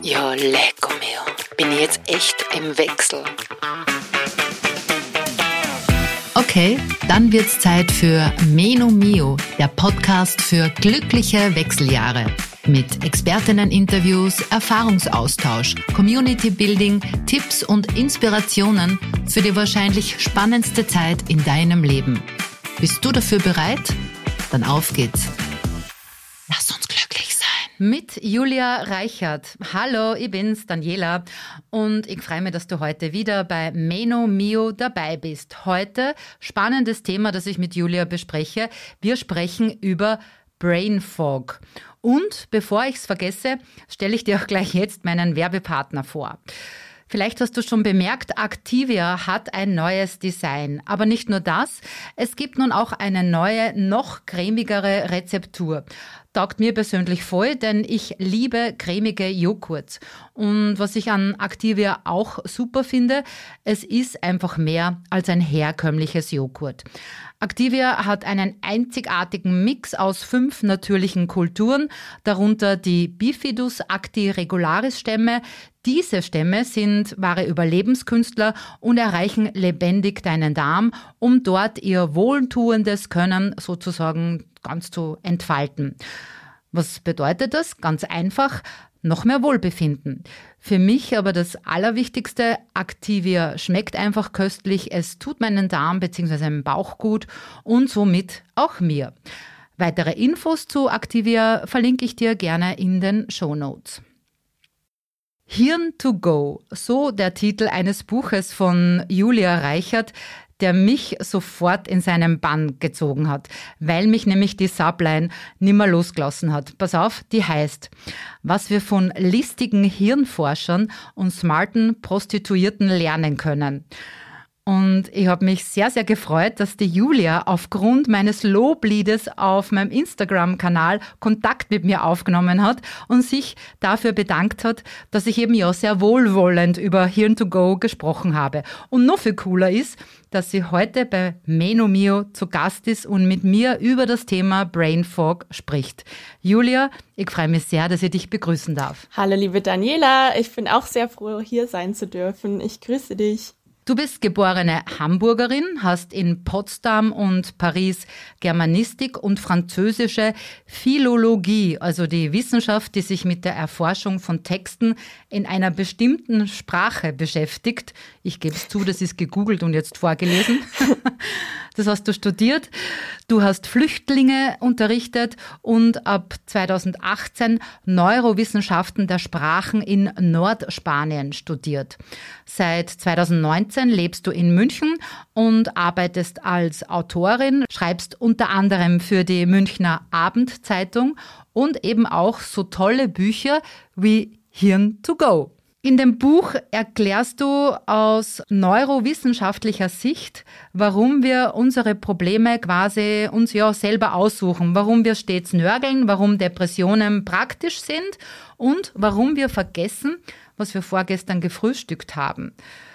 Ja, lecco mio. Bin ich jetzt echt im Wechsel. Okay, dann wird's Zeit für Meno Mio, der Podcast für glückliche Wechseljahre. Mit Expertinnen-Interviews, Erfahrungsaustausch, Community-Building, Tipps und Inspirationen für die wahrscheinlich spannendste Zeit in deinem Leben. Bist du dafür bereit? Dann auf geht's. Lass uns glücklich sein. Mit Julia Reichert. Hallo, ich bin's, Daniela. Und ich freue mich, dass du heute wieder bei Meno Mio dabei bist. Heute spannendes Thema, das ich mit Julia bespreche. Wir sprechen über Brain Fog. Und bevor ich es vergesse, stelle ich dir auch gleich jetzt meinen Werbepartner vor. Vielleicht hast du schon bemerkt, Activia hat ein neues Design. Aber nicht nur das, es gibt nun auch eine neue, noch cremigere Rezeptur. Taugt mir persönlich voll, denn ich liebe cremige Joghurts. Und was ich an Activia auch super finde, es ist einfach mehr als ein herkömmliches Joghurt. Activia hat einen einzigartigen Mix aus 5 natürlichen Kulturen, darunter die Bifidus acti-regularis Stämme. Diese Stämme sind wahre Überlebenskünstler und erreichen lebendig deinen Darm, um dort ihr wohltuendes Können sozusagen ganz zu entfalten. Was bedeutet das? Ganz einfach, noch mehr Wohlbefinden. Für mich aber das Allerwichtigste, Activia schmeckt einfach köstlich, es tut meinen Darm bzw. meinen Bauch gut und somit auch mir. Weitere Infos zu Activia verlinke ich dir gerne in den Shownotes. Hirn to go, so der Titel eines Buches von Julia Reichert, der mich sofort in seinen Bann gezogen hat, weil mich nämlich die Subline nimmer losgelassen hat. Pass auf, die heißt, was wir von listigen Hirnforschern und smarten Prostituierten lernen können. Und ich habe mich sehr, sehr gefreut, dass die Julia aufgrund meines Lobliedes auf meinem Instagram-Kanal Kontakt mit mir aufgenommen hat und sich dafür bedankt hat, dass ich eben ja sehr wohlwollend über Hirn to go gesprochen habe. Und noch viel cooler ist, dass sie heute bei Meno Mio zu Gast ist und mit mir über das Thema Brain Fog spricht. Julia, ich freue mich sehr, dass ich dich begrüßen darf. Hallo liebe Daniela, ich bin auch sehr froh, hier sein zu dürfen. Ich grüße dich. Du bist geborene Hamburgerin, hast in Potsdam und Paris Germanistik und französische Philologie, also die Wissenschaft, die sich mit der Erforschung von Texten in einer bestimmten Sprache beschäftigt. Ich gebe es zu, das ist gegoogelt und jetzt vorgelesen. Das hast du studiert. Du hast Flüchtlinge unterrichtet und ab 2018 Neurowissenschaften der Sprachen in Nordspanien studiert. Seit 2019 lebst du in München und arbeitest als Autorin, schreibst unter anderem für die Münchner Abendzeitung und eben auch so tolle Bücher wie Hirn to go. In dem Buch erklärst du aus neurowissenschaftlicher Sicht, warum wir unsere Probleme quasi uns ja selber aussuchen, warum wir stets nörgeln, warum Depressionen praktisch sind und warum wir vergessen, was wir vorgestern gefrühstückt haben.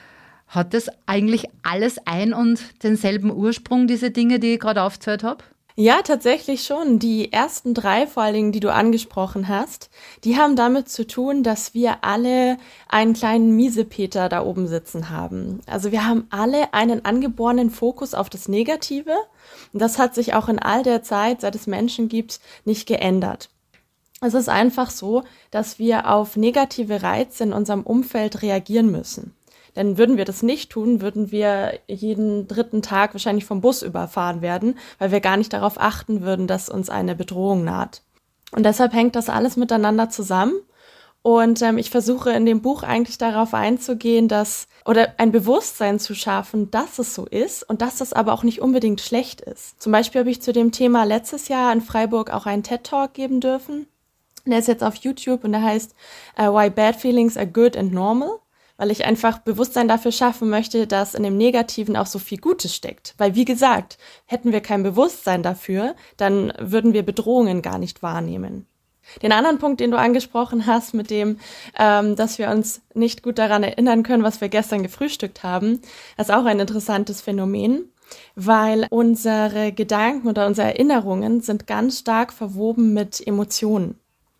Hat das eigentlich alles ein und denselben Ursprung, diese Dinge, die ich gerade aufgezählt habe? Ja, tatsächlich schon. Die ersten 3 vor allen Dingen, die du angesprochen hast, die haben damit zu tun, dass wir alle einen kleinen Miesepeter da oben sitzen haben. Also wir haben alle einen angeborenen Fokus auf das Negative und das hat sich auch in all der Zeit, seit es Menschen gibt, nicht geändert. Es ist einfach so, dass wir auf negative Reize in unserem Umfeld reagieren müssen. Denn würden wir das nicht tun, würden wir jeden 3. Tag wahrscheinlich vom Bus überfahren werden, weil wir gar nicht darauf achten würden, dass uns eine Bedrohung naht. Und deshalb hängt das alles miteinander zusammen. Und ich versuche in dem Buch eigentlich darauf einzugehen, oder ein Bewusstsein zu schaffen, dass es so ist und dass das aber auch nicht unbedingt schlecht ist. Zum Beispiel habe ich zu dem Thema letztes Jahr in Freiburg auch einen TED-Talk geben dürfen. Der ist jetzt auf YouTube und der heißt Why Bad Feelings Are Good and Normal. Weil ich einfach Bewusstsein dafür schaffen möchte, dass in dem Negativen auch so viel Gutes steckt. Weil, wie gesagt, hätten wir kein Bewusstsein dafür, dann würden wir Bedrohungen gar nicht wahrnehmen. Den anderen Punkt, den du angesprochen hast, mit dem, dass wir uns nicht gut daran erinnern können, was wir gestern gefrühstückt haben, ist auch ein interessantes Phänomen, weil unsere Gedanken oder unsere Erinnerungen sind ganz stark verwoben mit Emotionen.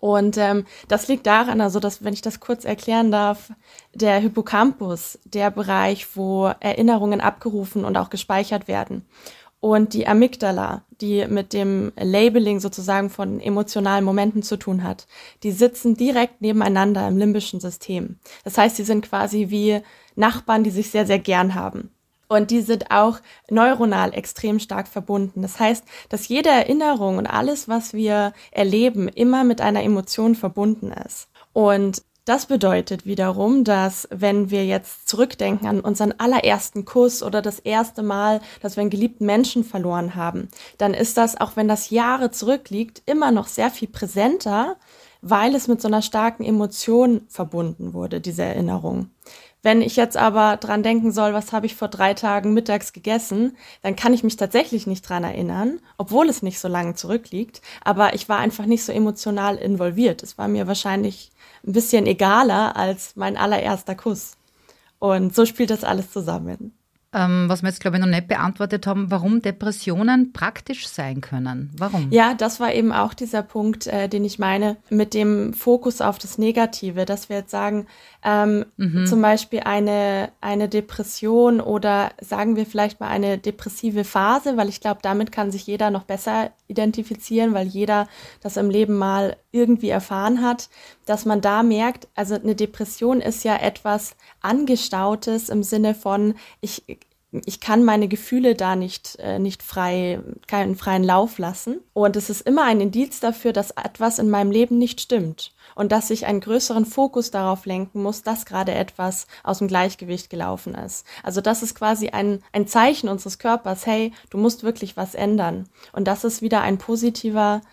Und das liegt daran, also dass, wenn ich das kurz erklären darf, der Hippocampus, der Bereich, wo Erinnerungen abgerufen und auch gespeichert werden, und die Amygdala, die mit dem Labeling sozusagen von emotionalen Momenten zu tun hat, die sitzen direkt nebeneinander im limbischen System. Das heißt, sie sind quasi wie Nachbarn, die sich sehr, sehr gern haben. Und die sind auch neuronal extrem stark verbunden. Das heißt, dass jede Erinnerung und alles, was wir erleben, immer mit einer Emotion verbunden ist. Und das bedeutet wiederum, dass wenn wir jetzt zurückdenken an unseren allerersten Kuss oder das erste Mal, dass wir einen geliebten Menschen verloren haben, dann ist das, auch wenn das Jahre zurückliegt, immer noch sehr viel präsenter, weil es mit so einer starken Emotion verbunden wurde, diese Erinnerung. Wenn ich jetzt aber dran denken soll, was habe ich vor 3 Tagen mittags gegessen, dann kann ich mich tatsächlich nicht dran erinnern, obwohl es nicht so lange zurückliegt. Aber ich war einfach nicht so emotional involviert. Es war mir wahrscheinlich ein bisschen egaler als mein allererster Kuss. Und so spielt das alles zusammen. Was wir jetzt, glaube ich, noch nicht beantwortet haben, warum Depressionen praktisch sein können. Warum? Ja, das war eben auch dieser Punkt, den ich meine, mit dem Fokus auf das Negative, dass wir jetzt sagen, zum Beispiel eine Depression oder sagen wir vielleicht mal eine depressive Phase, weil ich glaube, damit kann sich jeder noch besser identifizieren, weil jeder das im Leben mal irgendwie erfahren hat, dass man da merkt, also eine Depression ist ja etwas Angestautes im Sinne von, ich kann meine Gefühle da nicht keinen freien Lauf lassen. Und es ist immer ein Indiz dafür, dass etwas in meinem Leben nicht stimmt. Und dass ich einen größeren Fokus darauf lenken muss, dass gerade etwas aus dem Gleichgewicht gelaufen ist. Also das ist quasi ein Zeichen unseres Körpers, hey, du musst wirklich was ändern. Und das ist wieder ein positiver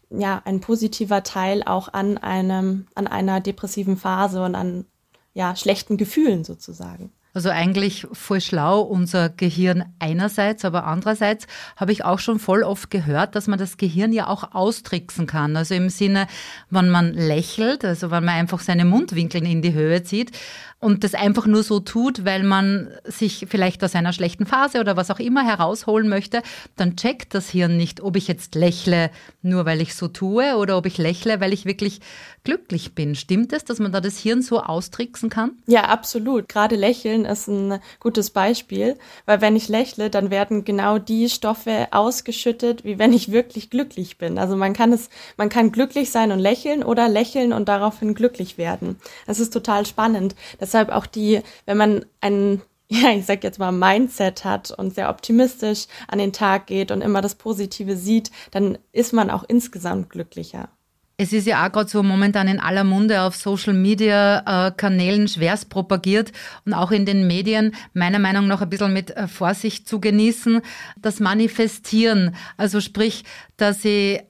Teil auch an einer depressiven Phase und an schlechten Gefühlen sozusagen. Also eigentlich voll schlau, unser Gehirn einerseits, aber andererseits habe ich auch schon voll oft gehört, dass man das Gehirn ja auch austricksen kann. Also im Sinne, wenn man lächelt, also wenn man einfach seine Mundwinkel in die Höhe zieht und das einfach nur so tut, weil man sich vielleicht aus einer schlechten Phase oder was auch immer herausholen möchte, dann checkt das Hirn nicht, ob ich jetzt lächle, nur weil ich so tue oder ob ich lächle, weil ich wirklich glücklich bin. Stimmt es, dass man da das Hirn so austricksen kann? Ja, absolut. Gerade Lächeln ist ein gutes Beispiel, weil wenn ich lächle, dann werden genau die Stoffe ausgeschüttet, wie wenn ich wirklich glücklich bin. Also man kann glücklich sein und lächeln oder lächeln und daraufhin glücklich werden. Das ist total spannend. Deshalb auch wenn man ich sag jetzt mal Mindset hat und sehr optimistisch an den Tag geht und immer das Positive sieht, dann ist man auch insgesamt glücklicher. Es ist ja auch gerade so momentan in aller Munde auf Social-Media-Kanälen schwerst propagiert und auch in den Medien meiner Meinung nach ein bisschen mit Vorsicht zu genießen, das Manifestieren. Also sprich, dass ich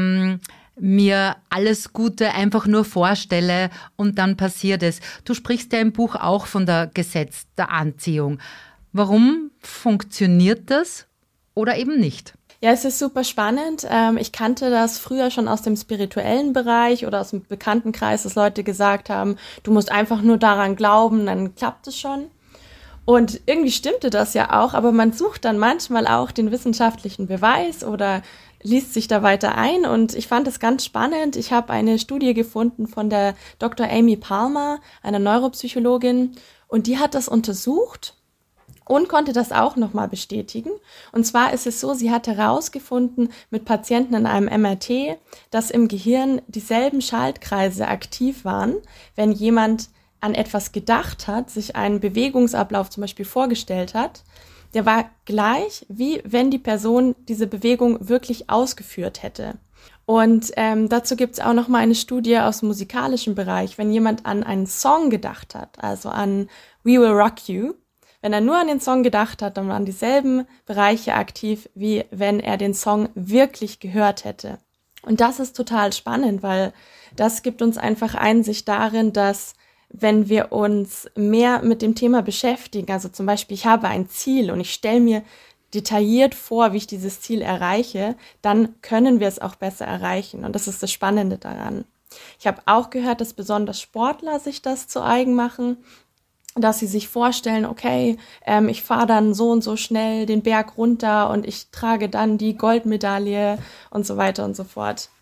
mir alles Gute einfach nur vorstelle und dann passiert es. Du sprichst ja im Buch auch von der Gesetz der Anziehung. Warum funktioniert das oder eben nicht? Ja, es ist super spannend. Ich kannte das früher schon aus dem spirituellen Bereich oder aus dem Bekanntenkreis, dass Leute gesagt haben, du musst einfach nur daran glauben, dann klappt es schon. Und irgendwie stimmte das ja auch, aber man sucht dann manchmal auch den wissenschaftlichen Beweis oder liest sich da weiter ein. Und ich fand es ganz spannend. Ich habe eine Studie gefunden von der Dr. Amy Palmer, einer Neuropsychologin, und die hat das untersucht und konnte das auch nochmal bestätigen. Und zwar ist es so, sie hat herausgefunden mit Patienten in einem MRT, dass im Gehirn dieselben Schaltkreise aktiv waren, wenn jemand an etwas gedacht hat, sich einen Bewegungsablauf zum Beispiel vorgestellt hat. Der war gleich, wie wenn die Person diese Bewegung wirklich ausgeführt hätte. Und dazu gibt es auch nochmal eine Studie aus dem musikalischen Bereich. Wenn jemand an einen Song gedacht hat, also an We Will Rock You, wenn er nur an den Song gedacht hat, dann waren dieselben Bereiche aktiv, wie wenn er den Song wirklich gehört hätte. Und das ist total spannend, weil das gibt uns einfach Einsicht darin, dass wenn wir uns mehr mit dem Thema beschäftigen, also zum Beispiel ich habe ein Ziel und ich stelle mir detailliert vor, wie ich dieses Ziel erreiche, dann können wir es auch besser erreichen. Und das ist das Spannende daran. Ich habe auch gehört, dass besonders Sportler sich das zu eigen machen, dass sie sich vorstellen, okay, ich fahre dann so und so schnell den Berg runter und ich trage dann die Goldmedaille und so weiter und so fort.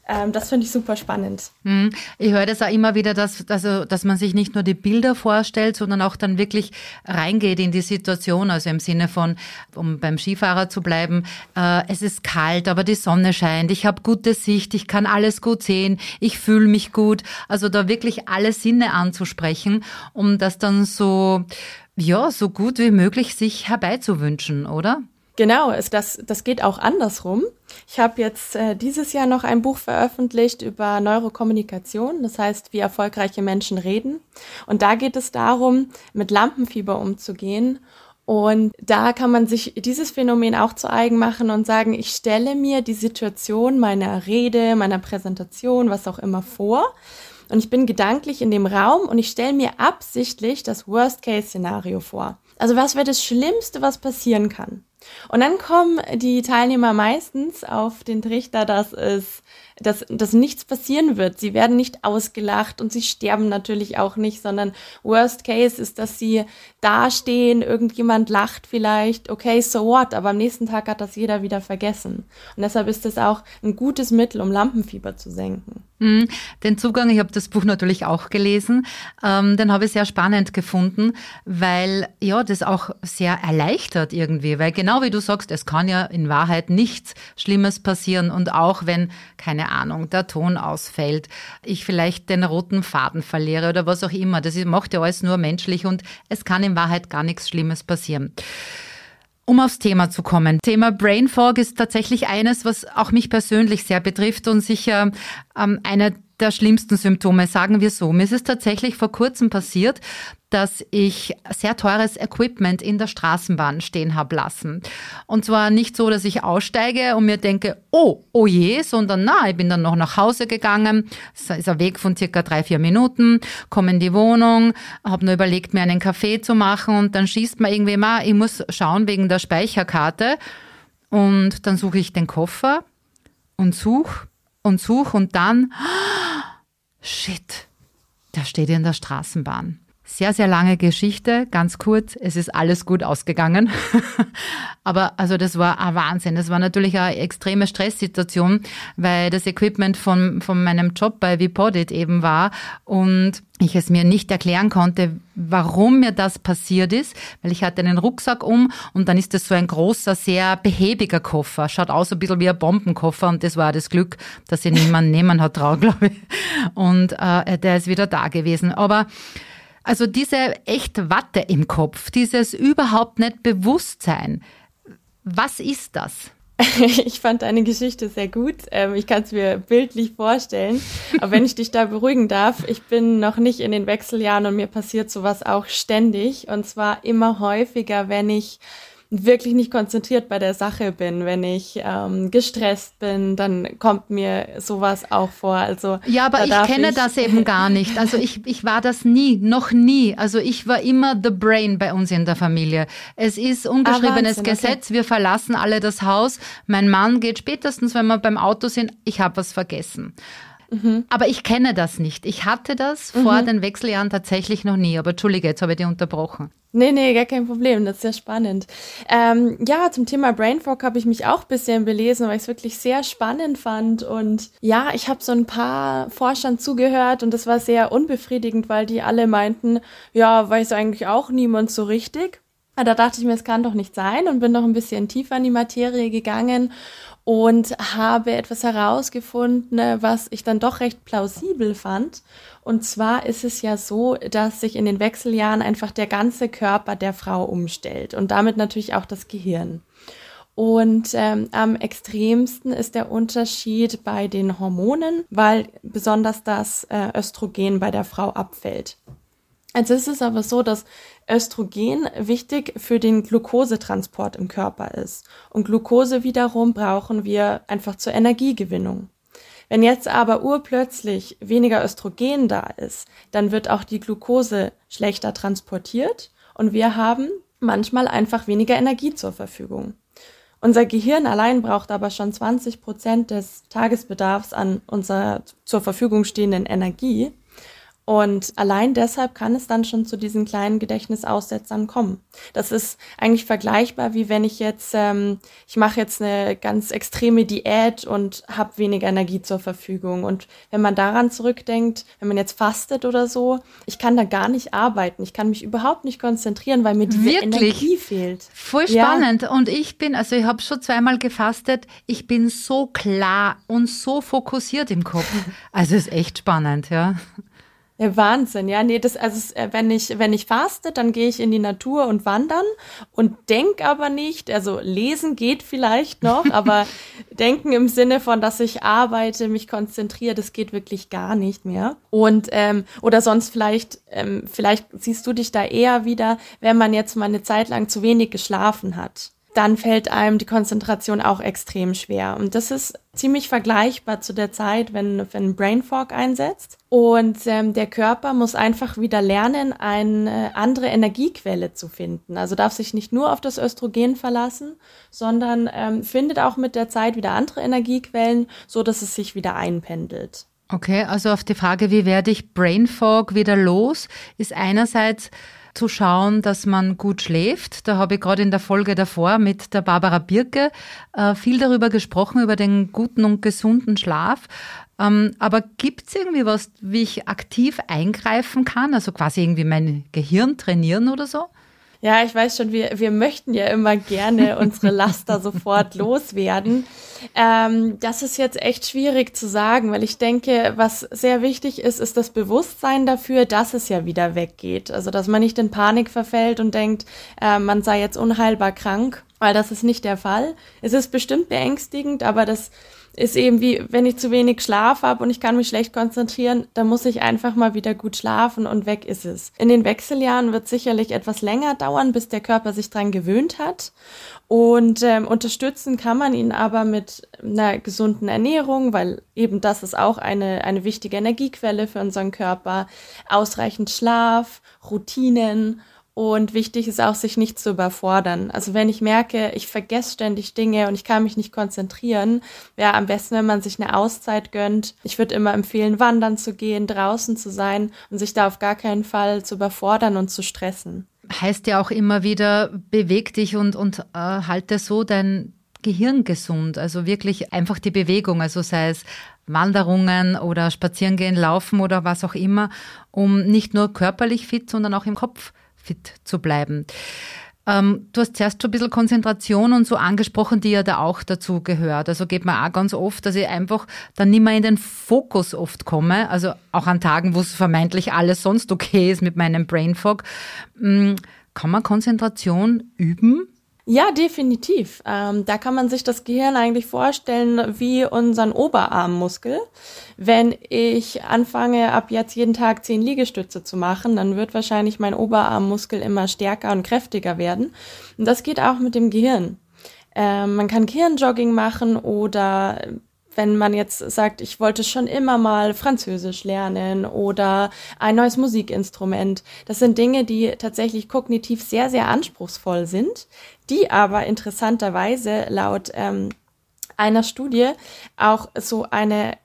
Das finde ich super spannend. Ich höre das auch immer wieder, dass man sich nicht nur die Bilder vorstellt, sondern auch dann wirklich reingeht in die Situation. Also im Sinne von, um beim Skifahrer zu bleiben, es ist kalt, aber die Sonne scheint, ich habe gute Sicht, ich kann alles gut sehen, ich fühle mich gut. Also da wirklich alle Sinne anzusprechen, um das dann so gut wie möglich sich herbeizuwünschen, oder? Genau, das geht auch andersrum. Ich habe jetzt dieses Jahr noch ein Buch veröffentlicht über Neurokommunikation, das heißt, wie erfolgreiche Menschen reden. Und da geht es darum, mit Lampenfieber umzugehen. Und da kann man sich dieses Phänomen auch zu eigen machen und sagen, ich stelle mir die Situation meiner Rede, meiner Präsentation, was auch immer vor. Und ich bin gedanklich in dem Raum und ich stelle mir absichtlich das Worst-Case-Szenario vor. Also was wäre das Schlimmste, was passieren kann? Und dann kommen die Teilnehmer meistens auf den Trichter, dass nichts passieren wird. Sie werden nicht ausgelacht und sie sterben natürlich auch nicht, sondern Worst Case ist, dass sie dastehen, irgendjemand lacht vielleicht, okay, so what, aber am nächsten Tag hat das jeder wieder vergessen. Und deshalb ist das auch ein gutes Mittel, um Lampenfieber zu senken. Den Zugang, ich habe das Buch natürlich auch gelesen, den habe ich sehr spannend gefunden, weil das auch sehr erleichtert irgendwie, weil genau wie du sagst, es kann ja in Wahrheit nichts Schlimmes passieren und auch wenn, keine Ahnung, der Ton ausfällt, ich vielleicht den roten Faden verliere oder was auch immer, das macht ja alles nur menschlich und es kann in Wahrheit gar nichts Schlimmes passieren. Um aufs Thema zu kommen. Thema Brain Fog ist tatsächlich eines, was auch mich persönlich sehr betrifft und sicher einer der schlimmsten Symptome, sagen wir so. Mir ist es tatsächlich vor kurzem passiert, dass ich sehr teures Equipment in der Straßenbahn stehen habe lassen. Und zwar nicht so, dass ich aussteige und mir denke, oh je, sondern ich bin dann noch nach Hause gegangen. Es ist ein Weg von circa 3-4 Minuten, komme in die Wohnung, habe nur überlegt, mir einen Kaffee zu machen und dann schießt man irgendwie mal, ich muss schauen wegen der Speicherkarte und dann suche ich den Koffer und suche und dann, shit, der steht in der Straßenbahn. Sehr, sehr lange Geschichte, ganz kurz, es ist alles gut ausgegangen. Aber also das war ein Wahnsinn. Das war natürlich eine extreme Stresssituation, weil das Equipment von meinem Job bei Vipodit eben war und ich es mir nicht erklären konnte, warum mir das passiert ist, weil ich hatte einen Rucksack und dann ist das so ein großer, sehr behäbiger Koffer. Schaut aus ein bisschen wie ein Bombenkoffer und das war das Glück, dass ihn niemand nehmen hat trauen, glaube ich. Und der ist wieder da gewesen. Aber also diese echt Watte im Kopf, dieses überhaupt nicht Bewusstsein, was ist das? Ich fand deine Geschichte sehr gut. Ich kann es mir bildlich vorstellen. Aber wenn ich dich da beruhigen darf, ich bin noch nicht in den Wechseljahren und mir passiert sowas auch ständig. Und zwar immer häufiger, wenn ich wirklich nicht konzentriert bei der Sache bin, wenn ich gestresst bin, dann kommt mir sowas auch vor. Also ja, aber ich kenne das eben gar nicht. Also ich war das noch nie. Also ich war immer the brain bei uns in der Familie. Es ist ungeschriebenes Gesetz, okay. Wir verlassen alle das Haus. Mein Mann geht spätestens, wenn wir beim Auto sind, ich habe was vergessen. Aber ich kenne das nicht. Ich hatte das vor den Wechseljahren tatsächlich noch nie. Aber Entschuldige, jetzt habe ich dich unterbrochen. Nee, gar kein Problem. Das ist sehr spannend. Zum Thema Brain Fog habe ich mich auch ein bisschen belesen, weil ich es wirklich sehr spannend fand. Und ja, ich habe so ein paar Forschern zugehört und das war sehr unbefriedigend, weil die alle meinten, ja, weiß eigentlich auch niemand so richtig. Da dachte ich mir, es kann doch nicht sein und bin noch ein bisschen tiefer in die Materie gegangen und habe etwas herausgefunden, was ich dann doch recht plausibel fand. Und zwar ist es ja so, dass sich in den Wechseljahren einfach der ganze Körper der Frau umstellt und damit natürlich auch das Gehirn. Und am extremsten ist der Unterschied bei den Hormonen, weil besonders das Östrogen bei der Frau abfällt. Also ist es aber so, dass Östrogen wichtig für den Glukosetransport im Körper ist. Und Glucose wiederum brauchen wir einfach zur Energiegewinnung. Wenn jetzt aber urplötzlich weniger Östrogen da ist, dann wird auch die Glucose schlechter transportiert und wir haben manchmal einfach weniger Energie zur Verfügung. Unser Gehirn allein braucht aber schon 20% des Tagesbedarfs an unserer zur Verfügung stehenden Energie. Und allein deshalb kann es dann schon zu diesen kleinen Gedächtnisaussetzern kommen. Das ist eigentlich vergleichbar, wie wenn ich jetzt, ich mache jetzt eine ganz extreme Diät und habe weniger Energie zur Verfügung. Und wenn man daran zurückdenkt, wenn man jetzt fastet oder so, ich kann da gar nicht arbeiten. Ich kann mich überhaupt nicht konzentrieren, weil mir diese Energie fehlt. Voll spannend. Ja. Und ich habe schon zweimal gefastet. Ich bin so klar und so fokussiert im Kopf. Also ist echt spannend, ja. Ja, Wahnsinn, ja, nee, wenn ich faste, dann gehe ich in die Natur und wandern und denk aber nicht, also lesen geht vielleicht noch, aber denken im Sinne von, dass ich arbeite, mich konzentriere, das geht wirklich gar nicht mehr. Und, oder sonst vielleicht siehst du dich da eher wieder, wenn man jetzt mal eine Zeit lang zu wenig geschlafen hat. Dann fällt einem die Konzentration auch extrem schwer. Und das ist ziemlich vergleichbar zu der Zeit, wenn Brain Fog einsetzt. Und der Körper muss einfach wieder lernen, eine andere Energiequelle zu finden. Also darf sich nicht nur auf das Östrogen verlassen, sondern findet auch mit der Zeit wieder andere Energiequellen, so dass es sich wieder einpendelt. Okay, also auf die Frage, wie werde ich Brain Fog wieder los, ist einerseits zu schauen, dass man gut schläft. Da habe ich gerade in der Folge davor mit der Barbara Birke viel darüber gesprochen, über den guten und gesunden Schlaf. Aber gibt es irgendwie was, wie ich aktiv eingreifen kann? Also quasi irgendwie mein Gehirn trainieren oder so? Ja, ich weiß schon, wir möchten ja immer gerne unsere Laster sofort loswerden. Das ist jetzt echt schwierig zu sagen, weil ich denke, was sehr wichtig ist, ist das Bewusstsein dafür, dass es ja wieder weggeht. Also, dass man nicht in Panik verfällt und denkt, man sei jetzt unheilbar krank, weil das ist nicht der Fall. Es ist bestimmt beängstigend, aber das ist eben wie, wenn ich zu wenig Schlaf habe und ich kann mich schlecht konzentrieren, dann muss ich einfach mal wieder gut schlafen und weg ist es. In den Wechseljahren wird sicherlich etwas länger dauern, bis der Körper sich dran gewöhnt hat. Und unterstützen kann man ihn aber mit einer gesunden Ernährung, weil eben das ist auch eine wichtige Energiequelle für unseren Körper. Ausreichend Schlaf, Routinen. Und wichtig ist auch, sich nicht zu überfordern. Also wenn ich merke, ich vergesse ständig Dinge und ich kann mich nicht konzentrieren, wäre am besten, wenn man sich eine Auszeit gönnt. Ich würde immer empfehlen, wandern zu gehen, draußen zu sein und sich da auf gar keinen Fall zu überfordern und zu stressen. Heißt ja auch immer wieder, beweg dich und halte so dein Gehirn gesund. Also wirklich einfach die Bewegung, also sei es Wanderungen oder Spazierengehen, Laufen oder was auch immer, um nicht nur körperlich fit, sondern auch im Kopf fit zu bleiben. Du hast zuerst schon ein bisschen Konzentration und so angesprochen, die ja da auch dazu gehört. Also geht mir auch ganz oft, dass ich einfach dann nicht mehr in den Fokus oft komme. Also auch an Tagen, wo es vermeintlich alles sonst okay ist mit meinem Brain Fog. Kann man Konzentration üben? Ja, definitiv. Da kann man sich das Gehirn eigentlich vorstellen wie unseren Oberarmmuskel. Wenn ich anfange, ab jetzt jeden Tag 10 Liegestütze zu machen, dann wird wahrscheinlich mein Oberarmmuskel immer stärker und kräftiger werden. Und das geht auch mit dem Gehirn. Man kann Gehirnjogging machen oder wenn man jetzt sagt, ich wollte schon immer mal Französisch lernen oder ein neues Musikinstrument. Das sind Dinge, die tatsächlich kognitiv sehr, sehr anspruchsvoll sind, die aber interessanterweise laut einer Studie auch so eine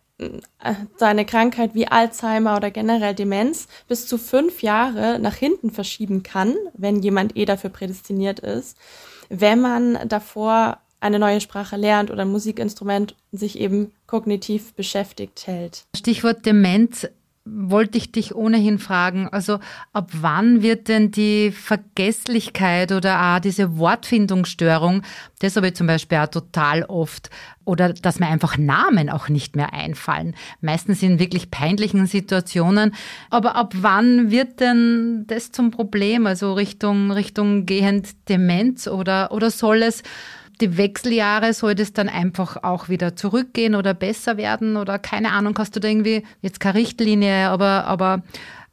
Krankheit wie Alzheimer oder generell Demenz bis zu 5 Jahre nach hinten verschieben kann, wenn jemand dafür prädestiniert ist, wenn man davor eine neue Sprache lernt oder ein Musikinstrument sich eben kognitiv beschäftigt hält. Stichwort Demenz wollte ich dich ohnehin fragen. Also ab wann wird denn die Vergesslichkeit oder auch diese Wortfindungsstörung, das habe ich zum Beispiel auch total oft, oder dass mir einfach Namen auch nicht mehr einfallen. Meistens in wirklich peinlichen Situationen. Aber ab wann wird denn das zum Problem? Also Richtung gehend Demenz oder soll es die Wechseljahre, soll das dann einfach auch wieder zurückgehen oder besser werden oder keine Ahnung, hast du da irgendwie jetzt keine Richtlinie, aber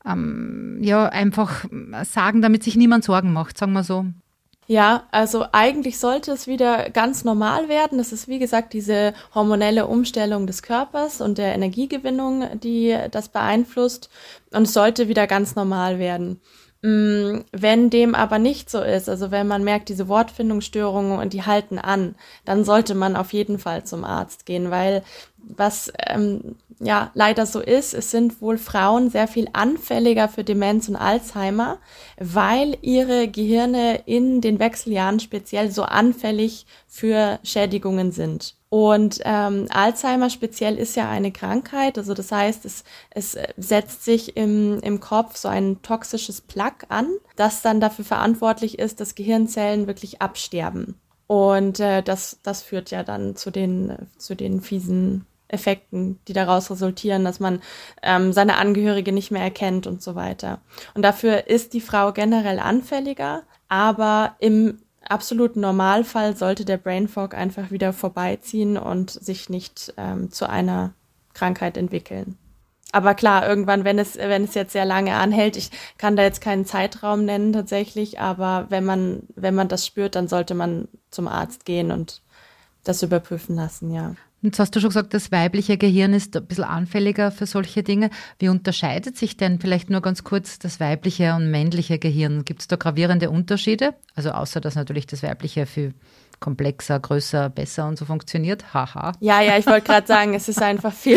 einfach sagen, damit sich niemand Sorgen macht, sagen wir so. Ja, also eigentlich sollte es wieder ganz normal werden. Das ist, wie gesagt, diese hormonelle Umstellung des Körpers und der Energiegewinnung, die das beeinflusst, und es sollte wieder ganz normal werden. Wenn dem aber nicht so ist, also wenn man merkt, diese Wortfindungsstörungen und die halten an, dann sollte man auf jeden Fall zum Arzt gehen, weil was leider so ist, es sind wohl Frauen sehr viel anfälliger für Demenz und Alzheimer, weil ihre Gehirne in den Wechseljahren speziell so anfällig für Schädigungen sind. Und Alzheimer speziell ist ja eine Krankheit, also das heißt, es setzt sich im Kopf so ein toxisches Plaque an, das dann dafür verantwortlich ist, dass Gehirnzellen wirklich absterben. Und das führt ja dann zu den fiesen Effekten, die daraus resultieren, dass man seine Angehörige nicht mehr erkennt und so weiter. Und dafür ist die Frau generell anfälliger, aber im absoluten Normalfall sollte der Brain Fog einfach wieder vorbeiziehen und sich nicht zu einer Krankheit entwickeln. Aber klar, irgendwann, wenn es jetzt sehr lange anhält, ich kann da jetzt keinen Zeitraum nennen tatsächlich, aber wenn man das spürt, dann sollte man zum Arzt gehen und das überprüfen lassen, ja. Jetzt hast du schon gesagt, das weibliche Gehirn ist ein bisschen anfälliger für solche Dinge. Wie unterscheidet sich denn vielleicht nur ganz kurz das weibliche und männliche Gehirn? Gibt es da gravierende Unterschiede? Also außer, dass natürlich das weibliche viel komplexer, größer, besser und so funktioniert. Haha. Ja, ich wollte gerade sagen, es ist einfach viel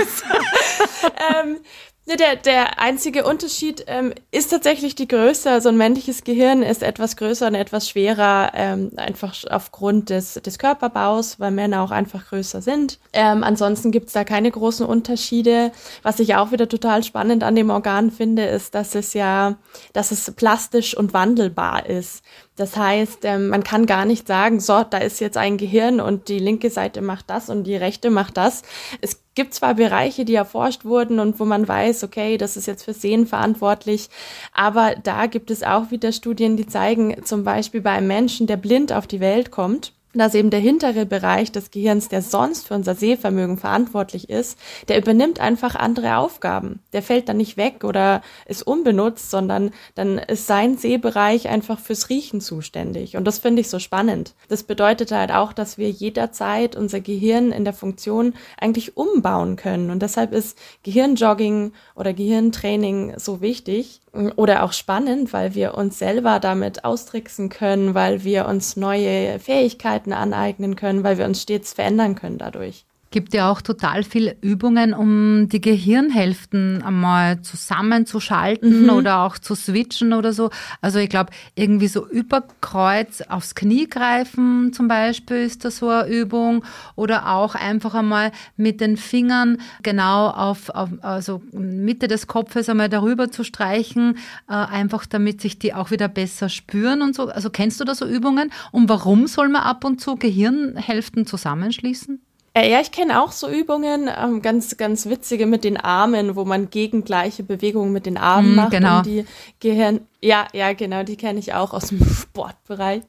besser. Der einzige Unterschied ist tatsächlich die Größe. Also ein männliches Gehirn ist etwas größer und etwas schwerer, einfach aufgrund des Körperbaus, weil Männer auch einfach größer sind. Ansonsten gibt's da keine großen Unterschiede. Was ich auch wieder total spannend an dem Organ finde, ist, dass es plastisch und wandelbar ist. Das heißt, man kann gar nicht sagen, so, da ist jetzt ein Gehirn und die linke Seite macht das und die rechte macht das. Es gibt zwar Bereiche, die erforscht wurden und wo man weiß, okay, das ist jetzt für Sehen verantwortlich, aber da gibt es auch wieder Studien, die zeigen, zum Beispiel bei einem Menschen, der blind auf die Welt kommt, dass eben der hintere Bereich des Gehirns, der sonst für unser Sehvermögen verantwortlich ist, der übernimmt einfach andere Aufgaben. Der fällt dann nicht weg oder ist unbenutzt, sondern dann ist sein Sehbereich einfach fürs Riechen zuständig. Und das finde ich so spannend. Das bedeutet halt auch, dass wir jederzeit unser Gehirn in der Funktion eigentlich umbauen können. Und deshalb ist Gehirnjogging oder Gehirntraining so wichtig. Oder auch spannend, weil wir uns selber damit austricksen können, weil wir uns neue Fähigkeiten aneignen können, weil wir uns stets verändern können dadurch. Gibt ja auch total viele Übungen, um die Gehirnhälften einmal zusammenzuschalten oder auch zu switchen oder so. Also ich glaube, irgendwie so überkreuz aufs Knie greifen zum Beispiel ist das so eine Übung. Oder auch einfach einmal mit den Fingern genau also Mitte des Kopfes einmal darüber zu streichen, einfach damit sich die auch wieder besser spüren und so. Also kennst du da so Übungen? Und warum soll man ab und zu Gehirnhälften zusammenschließen? Ja, ich kenne auch so Übungen, ganz, ganz witzige mit den Armen, wo man gegengleiche Bewegungen mit den Armen macht, genau. Um die Ja, genau, die kenne ich auch aus dem Sportbereich.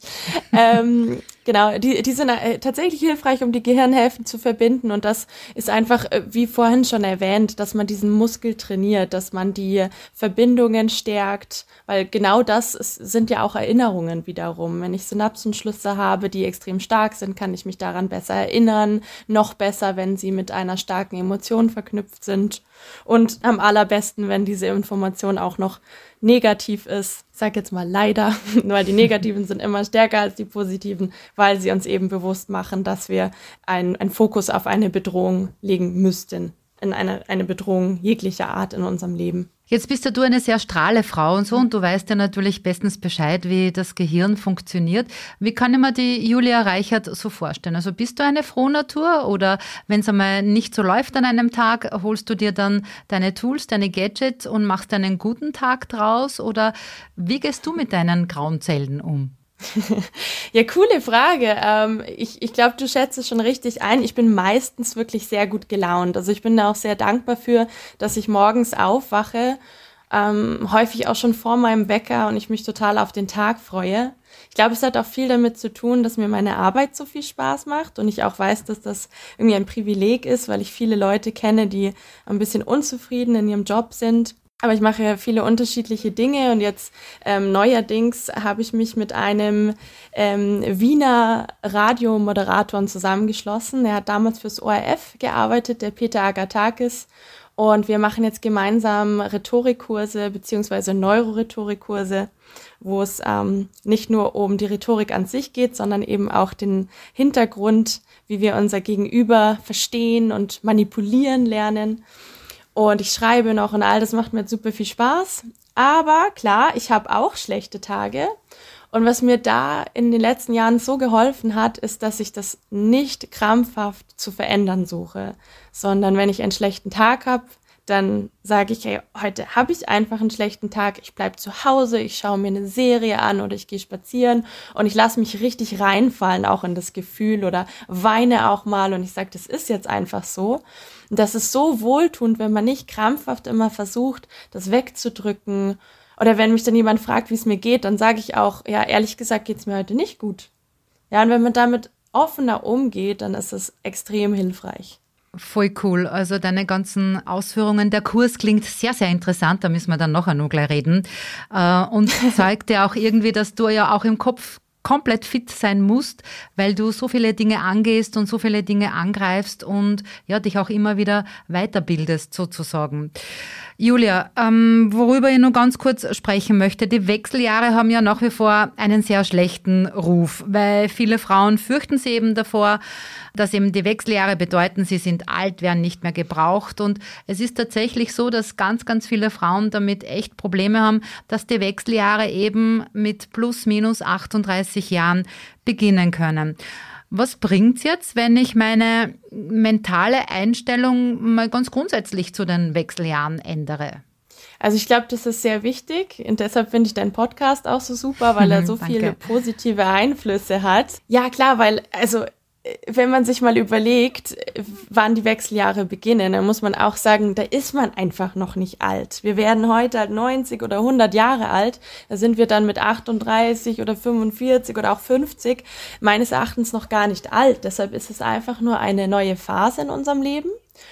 Genau, die sind tatsächlich hilfreich, um die Gehirnhälften zu verbinden, und das ist einfach, wie vorhin schon erwähnt, dass man diesen Muskel trainiert, dass man die Verbindungen stärkt, weil genau das sind ja auch Erinnerungen wiederum. Wenn ich Synapsenschlüsse habe, die extrem stark sind, kann ich mich daran besser erinnern, noch besser, wenn sie mit einer starken Emotion verknüpft sind, und am allerbesten, wenn diese Information auch noch negativ ist. Ich sage jetzt mal leider, weil die negativen sind immer stärker als die positiven, weil sie uns eben bewusst machen, dass wir einen Fokus auf eine Bedrohung legen müssten, in eine Bedrohung jeglicher Art in unserem Leben. Jetzt bist ja du eine sehr strahle Frau und so, und du weißt ja natürlich bestens Bescheid, wie das Gehirn funktioniert. Wie kann ich mir die Julia Reichert so vorstellen? Also bist du eine Frohnatur, oder wenn es einmal nicht so läuft an einem Tag, holst du dir dann deine Tools, deine Gadgets und machst einen guten Tag draus? Oder wie gehst du mit deinen grauen Zellen um? Ja, coole Frage. Ich glaube, du schätzt es schon richtig ein. Ich bin meistens wirklich sehr gut gelaunt. Also ich bin da auch sehr dankbar für, dass ich morgens aufwache, häufig auch schon vor meinem Wecker, und ich mich total auf den Tag freue. Ich glaube, es hat auch viel damit zu tun, dass mir meine Arbeit so viel Spaß macht, und ich auch weiß, dass das irgendwie ein Privileg ist, weil ich viele Leute kenne, die ein bisschen unzufrieden in ihrem Job sind. Aber ich mache viele unterschiedliche Dinge, und jetzt neuerdings habe ich mich mit einem Wiener Radiomoderator zusammengeschlossen. Er hat damals fürs ORF gearbeitet, der Peter Agatakis. Und wir machen jetzt gemeinsam Rhetorikkurse beziehungsweise Neurorhetorikkurse, wo es nicht nur um die Rhetorik an sich geht, sondern eben auch den Hintergrund, wie wir unser Gegenüber verstehen und manipulieren lernen. Und ich schreibe noch und all das macht mir jetzt super viel Spaß. Aber klar, ich habe auch schlechte Tage. Und was mir da in den letzten Jahren so geholfen hat, ist, dass ich das nicht krampfhaft zu verändern suche, sondern wenn ich einen schlechten Tag habe, dann sage ich, hey, heute habe ich einfach einen schlechten Tag, ich bleibe zu Hause, ich schaue mir eine Serie an oder ich gehe spazieren und ich lasse mich richtig reinfallen auch in das Gefühl oder weine auch mal und ich sage, das ist jetzt einfach so. Und das ist so wohltuend, wenn man nicht krampfhaft immer versucht, das wegzudrücken. Oder wenn mich dann jemand fragt, wie es mir geht, dann sage ich auch, ja, ehrlich gesagt geht es mir heute nicht gut. Ja, und wenn man damit offener umgeht, dann ist es extrem hilfreich. Voll cool. Also deine ganzen Ausführungen. Der Kurs klingt sehr, sehr interessant. Da müssen wir dann nachher noch gleich reden. Und zeigt ja auch irgendwie, dass du ja auch im Kopf komplett fit sein musst, weil du so viele Dinge angehst und so viele Dinge angreifst und ja, dich auch immer wieder weiterbildest sozusagen. Julia, worüber ich nur ganz kurz sprechen möchte, die Wechseljahre haben ja nach wie vor einen sehr schlechten Ruf, weil viele Frauen fürchten sich eben davor, dass eben die Wechseljahre bedeuten, sie sind alt, werden nicht mehr gebraucht und es ist tatsächlich so, dass ganz, ganz viele Frauen damit echt Probleme haben, dass die Wechseljahre eben mit plus minus 38 Jahren beginnen können. Was bringt's jetzt, wenn ich meine mentale Einstellung mal ganz grundsätzlich zu den Wechseljahren ändere? Also ich glaube, das ist sehr wichtig und deshalb finde ich deinen Podcast auch so super, weil er so viele positive Einflüsse hat. Ja, klar, weil wenn man sich mal überlegt, wann die Wechseljahre beginnen, dann muss man auch sagen, da ist man einfach noch nicht alt. Wir werden heute halt 90 oder 100 Jahre alt, da sind wir dann mit 38 oder 45 oder auch 50 meines Erachtens noch gar nicht alt. Deshalb ist es einfach nur eine neue Phase in unserem Leben.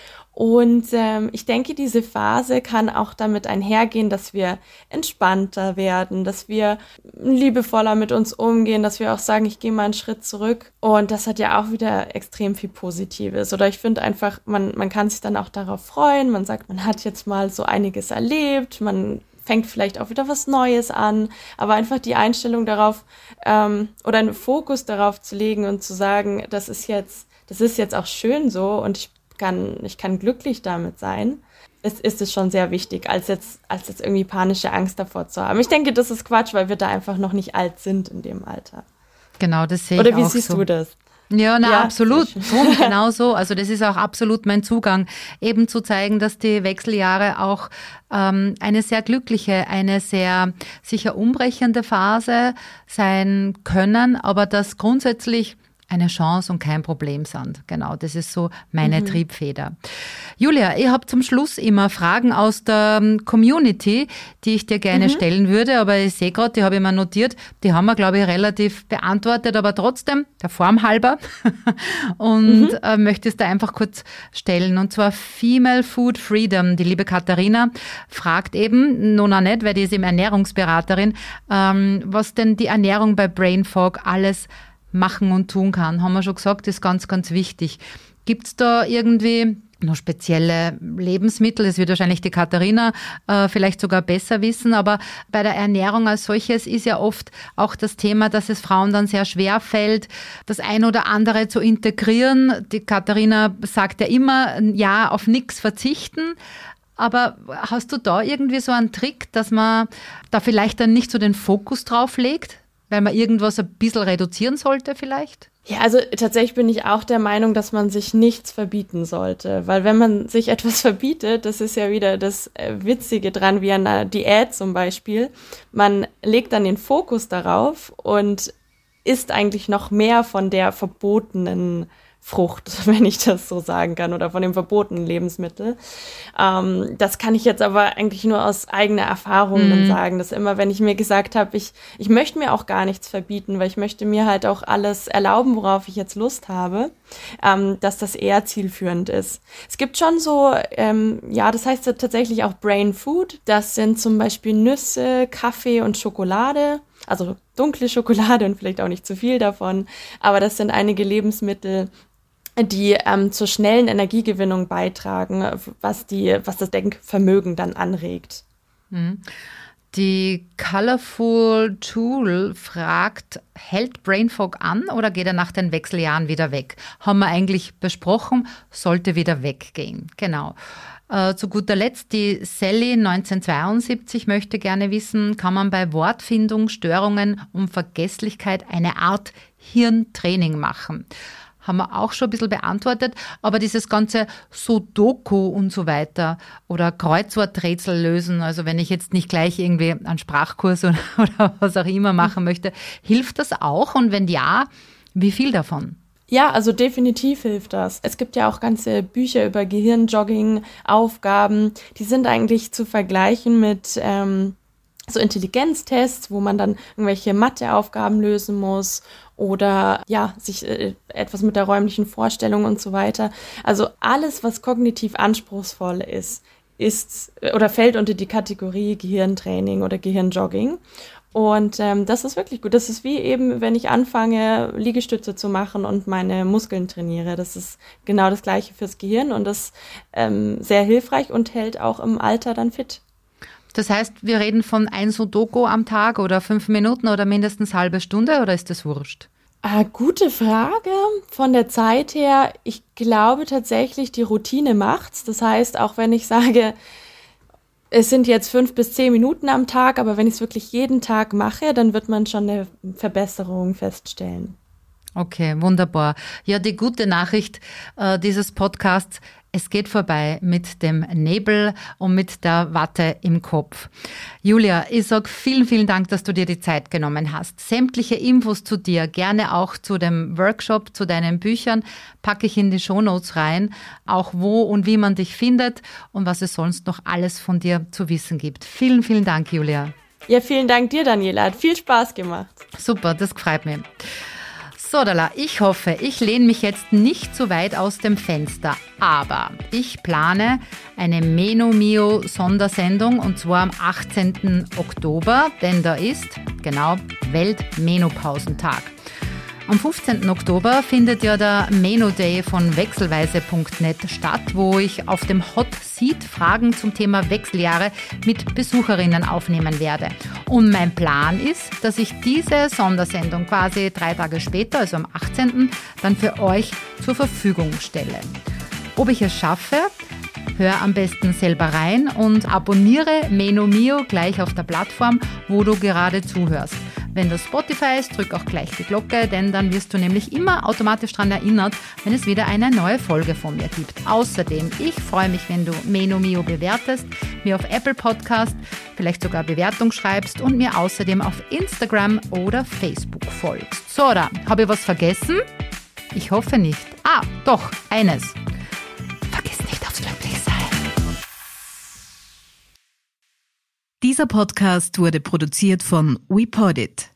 Und ich denke, diese Phase kann auch damit einhergehen, dass wir entspannter werden, dass wir liebevoller mit uns umgehen, dass wir auch sagen, ich gehe mal einen Schritt zurück. Und das hat ja auch wieder extrem viel Positives. Oder ich finde einfach, man kann sich dann auch darauf freuen. Man sagt, man hat jetzt mal so einiges erlebt, man fängt vielleicht auch wieder was Neues an. Aber einfach die Einstellung darauf oder einen Fokus darauf zu legen und zu sagen, das ist jetzt auch schön so und ich kann glücklich damit sein, ist es schon sehr wichtig, als jetzt irgendwie panische Angst davor zu haben. Ich denke, das ist Quatsch, weil wir da einfach noch nicht alt sind in dem Alter. Genau, das sehe ich auch so. Oder wie siehst du das? Ja, absolut. Genau so. Also das ist auch absolut mein Zugang, eben zu zeigen, dass die Wechseljahre auch eine sehr glückliche, eine sehr sicher umbrechende Phase sein können, aber dass grundsätzlich eine Chance und kein Problem sind. Genau, das ist so meine Triebfeder. Julia, ich habe zum Schluss immer Fragen aus der Community, die ich dir gerne stellen würde, aber ich sehe gerade, die habe ich mir notiert, die haben wir, glaube ich, relativ beantwortet, aber trotzdem, der Form halber, und möchte es da einfach kurz stellen. Und zwar Female Food Freedom, die liebe Katharina, fragt eben, Nona nicht, weil die ist eben Ernährungsberaterin, was denn die Ernährung bei Brain Fog alles machen und tun kann. Haben wir schon gesagt, ist ganz, ganz wichtig. Gibt es da irgendwie noch spezielle Lebensmittel? Das wird wahrscheinlich die Katharina vielleicht sogar besser wissen, aber bei der Ernährung als solches ist ja oft auch das Thema, dass es Frauen dann sehr schwer fällt, das ein oder andere zu integrieren. Die Katharina sagt ja immer, ja, auf nichts verzichten. Aber hast du da irgendwie so einen Trick, dass man da vielleicht dann nicht so den Fokus drauf legt? Weil man irgendwas ein bisschen reduzieren sollte vielleicht? Ja, also tatsächlich bin ich auch der Meinung, dass man sich nichts verbieten sollte. Weil wenn man sich etwas verbietet, das ist ja wieder das Witzige dran, wie an einer Diät zum Beispiel, man legt dann den Fokus darauf und isst eigentlich noch mehr von der verbotenen Frucht, wenn ich das so sagen kann, oder von dem verbotenen Lebensmittel. Das kann ich jetzt aber eigentlich nur aus eigener Erfahrung sagen, dass immer, wenn ich mir gesagt habe, ich möchte mir auch gar nichts verbieten, weil ich möchte mir halt auch alles erlauben, worauf ich jetzt Lust habe, dass das eher zielführend ist. Es gibt schon so, das heißt ja tatsächlich auch Brain Food. Das sind zum Beispiel Nüsse, Kaffee und Schokolade. Also dunkle Schokolade und vielleicht auch nicht zu viel davon. Aber das sind einige Lebensmittel, die zur schnellen Energiegewinnung beitragen, was das Denkvermögen dann anregt. Die Colorful Tool fragt, hält Brain Fog an oder geht er nach den Wechseljahren wieder weg? Haben wir eigentlich besprochen, sollte wieder weggehen. Genau. Zu guter Letzt, die Sally 1972 möchte gerne wissen, kann man bei Wortfindungsstörungen und Vergesslichkeit eine Art Hirntraining machen? Haben wir auch schon ein bisschen beantwortet, aber dieses ganze Sudoku und so weiter oder Kreuzworträtsel lösen, also wenn ich jetzt nicht gleich irgendwie einen Sprachkurs oder was auch immer machen möchte, hilft das auch? Und wenn ja, wie viel davon? Ja, also definitiv hilft das. Es gibt ja auch ganze Bücher über Gehirnjogging-Aufgaben, die sind eigentlich zu vergleichen mit so Intelligenztests, wo man dann irgendwelche Matheaufgaben lösen muss oder ja, sich etwas mit der räumlichen Vorstellung und so weiter. Also alles, was kognitiv anspruchsvoll ist oder fällt unter die Kategorie Gehirntraining oder Gehirnjogging. Und das ist wirklich gut. Das ist wie eben, wenn ich anfange, Liegestütze zu machen und meine Muskeln trainiere. Das ist genau das Gleiche fürs Gehirn und das sehr hilfreich und hält auch im Alter dann fit. Das heißt, wir reden von ein Sudoku am Tag oder 5 Minuten oder mindestens halbe Stunde oder ist das wurscht? Gute Frage. Von der Zeit her, ich glaube tatsächlich, die Routine macht's. Das heißt, auch wenn ich sage, es sind jetzt 5 bis 10 Minuten am Tag, aber wenn ich es wirklich jeden Tag mache, dann wird man schon eine Verbesserung feststellen. Okay, wunderbar. Ja, die gute Nachricht dieses Podcasts, es geht vorbei mit dem Nebel und mit der Watte im Kopf. Julia, ich sage vielen, vielen Dank, dass du dir die Zeit genommen hast. Sämtliche Infos zu dir, gerne auch zu dem Workshop, zu deinen Büchern, packe ich in die Shownotes rein, auch wo und wie man dich findet und was es sonst noch alles von dir zu wissen gibt. Vielen, vielen Dank, Julia. Ja, vielen Dank dir, Daniela. Hat viel Spaß gemacht. Super, das freut mich. So, Dala, ich hoffe, ich lehne mich jetzt nicht zu weit aus dem Fenster, aber ich plane eine Meno-Mio-Sondersendung und zwar am 18. Oktober, denn da ist, genau, Weltmenopausentag. Am 15. Oktober findet ja der Meno Day von wechselweise.net statt, wo ich auf dem Hot Seat Fragen zum Thema Wechseljahre mit Besucherinnen aufnehmen werde. Und mein Plan ist, dass ich diese Sondersendung quasi 3 Tage später, also am 18., dann für euch zur Verfügung stelle. Ob ich es schaffe? Hör am besten selber rein und abonniere Meno Mio gleich auf der Plattform, wo du gerade zuhörst. Wenn das Spotify ist, drück auch gleich die Glocke, denn dann wirst du nämlich immer automatisch daran erinnert, wenn es wieder eine neue Folge von mir gibt. Außerdem, ich freue mich, wenn du Meno Mio bewertest, mir auf Apple Podcast vielleicht sogar Bewertung schreibst und mir außerdem auf Instagram oder Facebook folgst. So, da habe ich was vergessen? Ich hoffe nicht. Doch, eines. Vergiss nicht aufs Glücklichsein. Dieser Podcast wurde produziert von WePodit.